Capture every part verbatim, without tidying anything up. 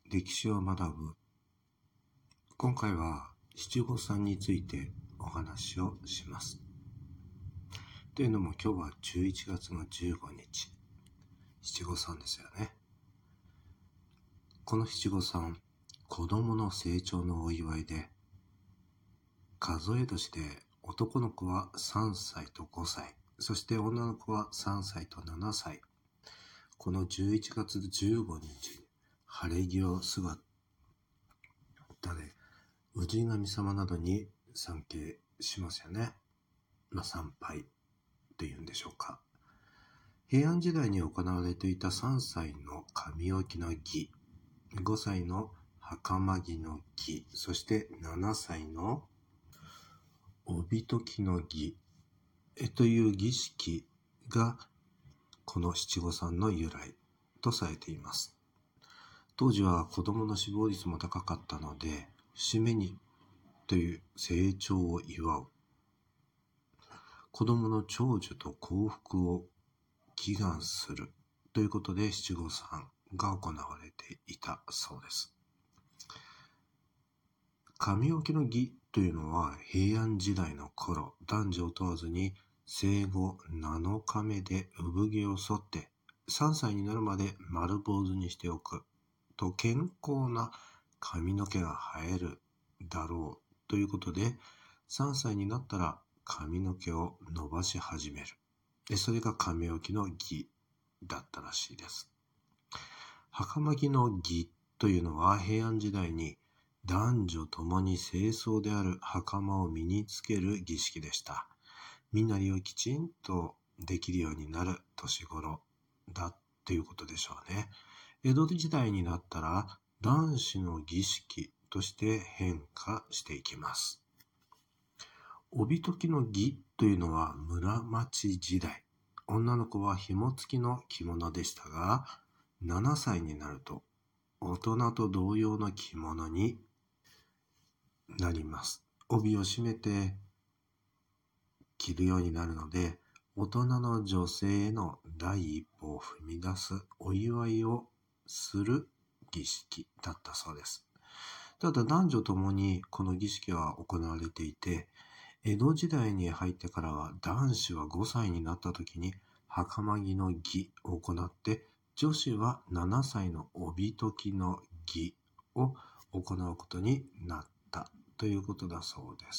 歴史を学ぶ。今回は七五三についてお話をします。というのも今日はじゅういちがつのじゅうごにち、七五三ですよね。この七五三、子供の成長のお祝いで、数え年で男の子はさんさいとごさい、そして女の子はさんさいとななさい。このじゅういちがつじゅうごにち、晴れ着を姿で氏神様などに参詣しますよね。まあ参拝というんでしょうか。平安時代に行われていたさんさいの神置の儀、ごさいの袴着の儀、そしてななさいの帯解きの儀という儀式がこの七五三の由来とされています。当時は子供の死亡率も高かったので、節目にという成長を祝う、子供の長寿と幸福を祈願するということで七五三が行われていたそうです。神置きの儀というのは平安時代の頃、男女を問わずに生後なのかめで産毛を剃ってさんさいになるまで丸坊主にしておくと健康な髪の毛が生えるだろうということで、さんさいになったら髪の毛を伸ばし始める。それが神置きの儀だったらしいです。袴着の儀というのは平安時代に男女ともに正装である袴を身につける儀式でした。身なりをきちんとできるようになる年頃だということでしょうね。江戸時代になったら男子の儀式として変化していきます。帯解きの儀というのは室町時代、女の子は紐付きの着物でしたが、ななさいになると大人と同様の着物になります。帯を締めて着るようになるので、大人の女性への第一歩を踏み出すお祝いをする儀式だったそうです。ただ男女ともにこの儀式は行われていて、江戸時代に入ってからは男子はごさいになった時に袴着の儀を行って、女子はななさいの帯解きの儀を行うことになったということだそうです。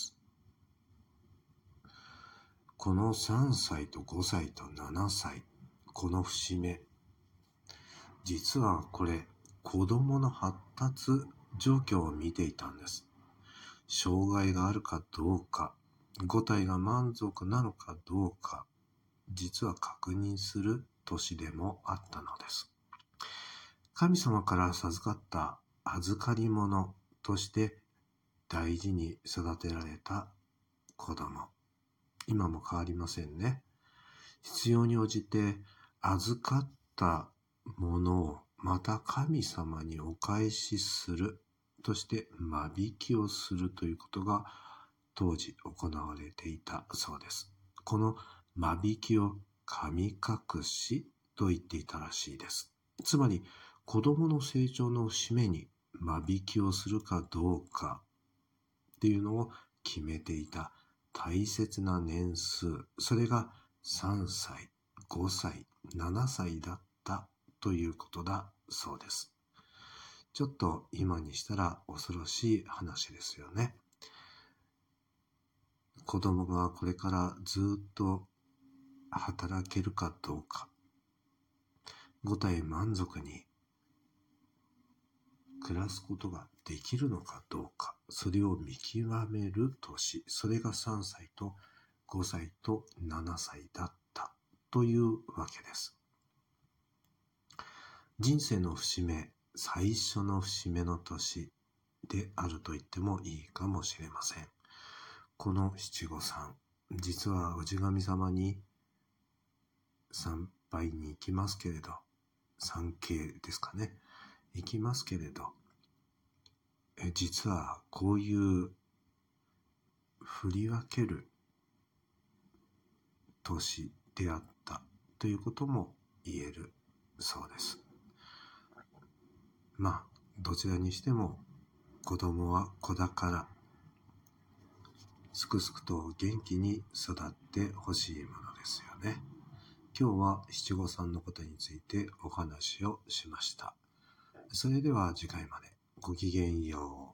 このさんさいとごさいとななさい、この節目、実はこれ子供の発達状況を見ていたんです。障害があるかどうか、ご体が満足なのかどうか、実は確認する年でもあったのです。神様から授かった預かり物として大事に育てられた子供。今も変わりませんね。必要に応じて預かったものをまた神様にお返しするとして間引きをするということが当時行われていたそうです。この間引きを神隠しと言っていたらしいです。つまり子供の成長の節目に間引きをするかどうかっていうのを決めていた大切な年数、それがさんさい、ごさい、ななさいだったということだそうです。ちょっと今にしたら恐ろしい話ですよね。子供がこれからずっと働けるかどうか、ご体満足に暮らすことができるのかどうか、それを見極める年、それがさんさいとごさいとななさいだったというわけです。人生の節目、最初の節目の年であると言ってもいいかもしれません。この七五三、実は氏神様に参拝に行きますけれど、参詣ですかね、行きますけれど、え実はこういう振り分ける年であったということも言えるそうです。まあどちらにしても子供は子宝、すくすくと元気に育ってほしいものですよね。今日は七五三のことについてお話をしました。それでは次回までごきげんよう。